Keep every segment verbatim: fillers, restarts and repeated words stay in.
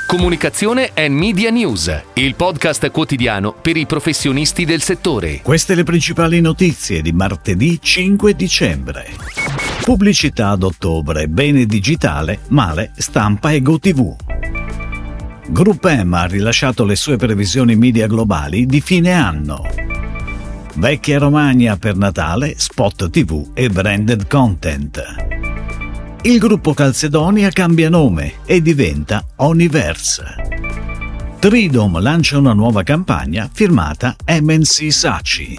Comunicazione and Media News, il podcast quotidiano per i professionisti del settore. Queste le principali notizie di martedì cinque dicembre. Pubblicità ad ottobre, bene digitale, male stampa e GoTV. Group M ha rilasciato le sue previsioni media globali di fine anno. Vecchia Romagna per Natale, spot tivù e branded content. Il gruppo Calzedonia cambia nome e diventa Oniverse. Tridom lancia una nuova campagna firmata M N C Saatchi.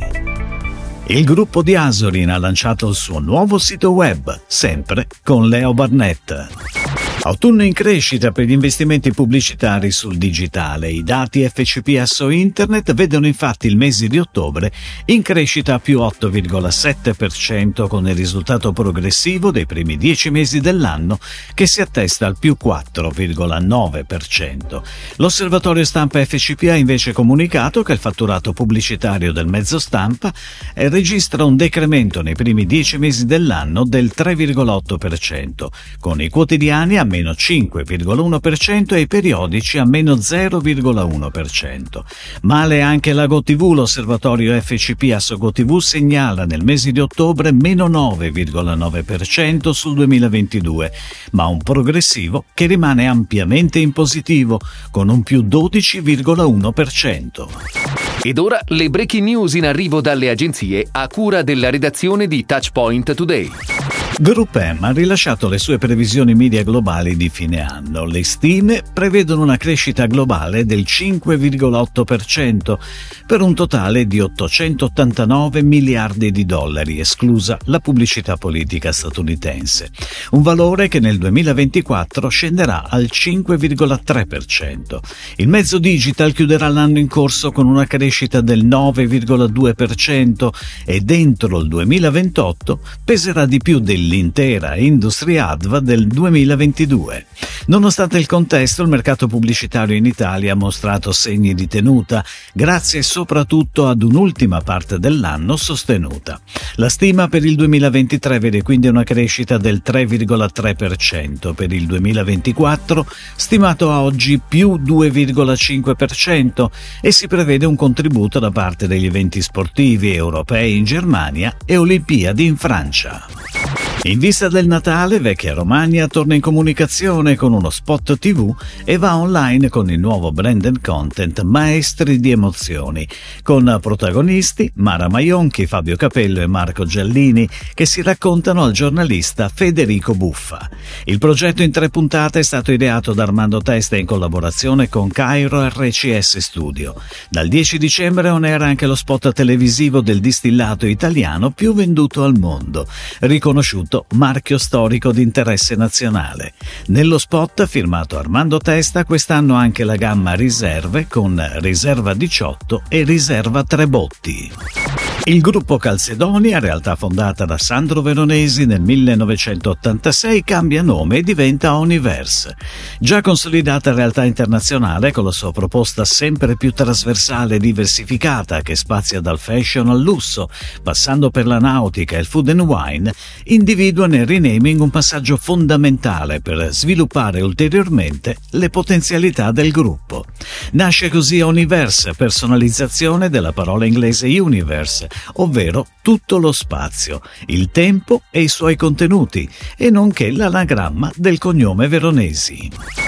Il gruppo di Asorin ha lanciato il suo nuovo sito web, sempre con Leo Barnett. Autunno in crescita per gli investimenti pubblicitari sul digitale. I dati F C P S O Internet vedono infatti il mese di ottobre in crescita a più otto virgola sette per cento, con il risultato progressivo dei primi dieci mesi dell'anno che si attesta al più quattro virgola nove per cento. L'osservatorio stampa F C P ha invece comunicato che il fatturato pubblicitario del mezzo stampa registra un decremento nei primi dieci mesi dell'anno del tre virgola otto per cento, con i quotidiani a meno cinque virgola uno per cento e i periodici a meno zero virgola uno per cento. Male anche la GoTV. L'osservatorio F C P S O GoTV segnala nel mese di ottobre meno nove virgola nove per cento sul duemilaventidue, ma un progressivo che rimane ampiamente in positivo, con un più dodici virgola uno per cento. Ed ora le breaking news in arrivo dalle agenzie a cura della redazione di Touchpoint Today. Group M ha rilasciato le sue previsioni media globali di fine anno. Le stime prevedono una crescita globale del cinque virgola otto per cento per un totale di ottocentottantanove miliardi di dollari, esclusa la pubblicità politica statunitense. Un valore che nel duemilaventiquattro scenderà al cinque virgola tre per cento. Il mezzo digital chiuderà l'anno in corso con una crescita del nove virgola due per cento e dentro il duemilaventotto peserà di più del l'intera industria A D V del duemilaventidue. Nonostante il contesto, il mercato pubblicitario in Italia ha mostrato segni di tenuta, grazie soprattutto ad un'ultima parte dell'anno sostenuta. La stima per il duemilaventitré vede quindi una crescita del tre virgola tre per cento, per il duemilaventiquattro stimato a oggi più due virgola cinque per cento, e si prevede un contributo da parte degli eventi sportivi europei in Germania e Olimpiadi in Francia. In vista del Natale, Vecchia Romagna torna in comunicazione con uno spot tivù e va online con il nuovo branded content Maestri di emozioni, con protagonisti Mara Maionchi, Fabio Capello e Marco Giallini, che si raccontano al giornalista Federico Buffa. Il progetto in tre puntate è stato ideato da Armando Testa in collaborazione con Cairo R C S Studio. Dal dieci dicembre on air anche lo spot televisivo del distillato italiano più venduto al mondo, riconosciuto marchio storico di interesse nazionale. Nello spot firmato Armando Testa quest'anno anche la gamma Riserve con Riserva diciotto e Riserva Tre Botti. Il gruppo Calzedonia, realtà fondata da Sandro Veronesi nel millenovecentottantasei, cambia nome e diventa Oniverse. Già consolidata realtà internazionale con la sua proposta sempre più trasversale e diversificata, che spazia dal fashion al lusso, passando per la nautica e il food and wine, individua nel renaming un passaggio fondamentale per sviluppare ulteriormente le potenzialità del gruppo. Nasce così Oniverse, personalizzazione della parola inglese universe, ovvero tutto lo spazio, il tempo e i suoi contenuti, e nonché l'anagramma del cognome Veronesi.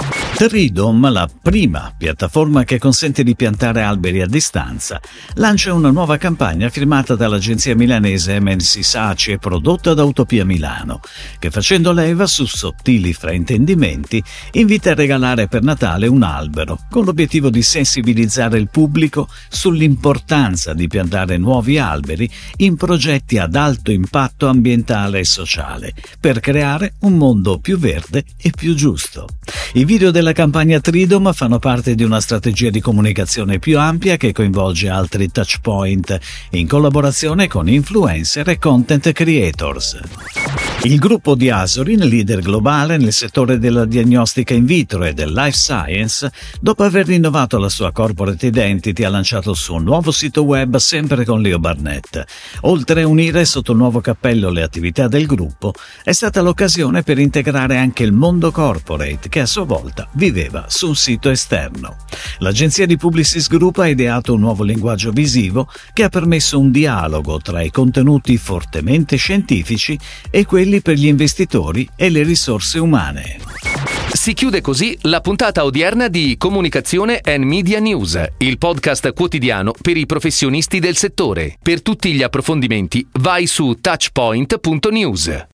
Tridom, la prima piattaforma che consente di piantare alberi a distanza, lancia una nuova campagna firmata dall'agenzia milanese M N C Saatchi e prodotta da Utopia Milano, che, facendo leva su sottili fraintendimenti, invita a regalare per Natale un albero, con l'obiettivo di sensibilizzare il pubblico sull'importanza di piantare nuovi alberi in progetti ad alto impatto ambientale e sociale, per creare un mondo più verde e più giusto. I video della campagna Tridom fanno parte di una strategia di comunicazione più ampia che coinvolge altri touchpoint, in collaborazione con influencer e content creators. Il gruppo di Asorin, leader globale nel settore della diagnostica in vitro e del life science, dopo aver rinnovato la sua corporate identity, ha lanciato il suo nuovo sito web sempre con Leo Barnett Barnett. Oltre a unire sotto il nuovo cappello le attività del gruppo, è stata l'occasione per integrare anche il mondo corporate, che a sua volta viveva su un sito esterno. L'agenzia di Publicis Group ha ideato un nuovo linguaggio visivo che ha permesso un dialogo tra i contenuti fortemente scientifici e quelli per gli investitori e le risorse umane. Si chiude così la puntata odierna di Comunicazione and Media News, il podcast quotidiano per i professionisti del settore. Per tutti gli approfondimenti vai su touchpoint punto news.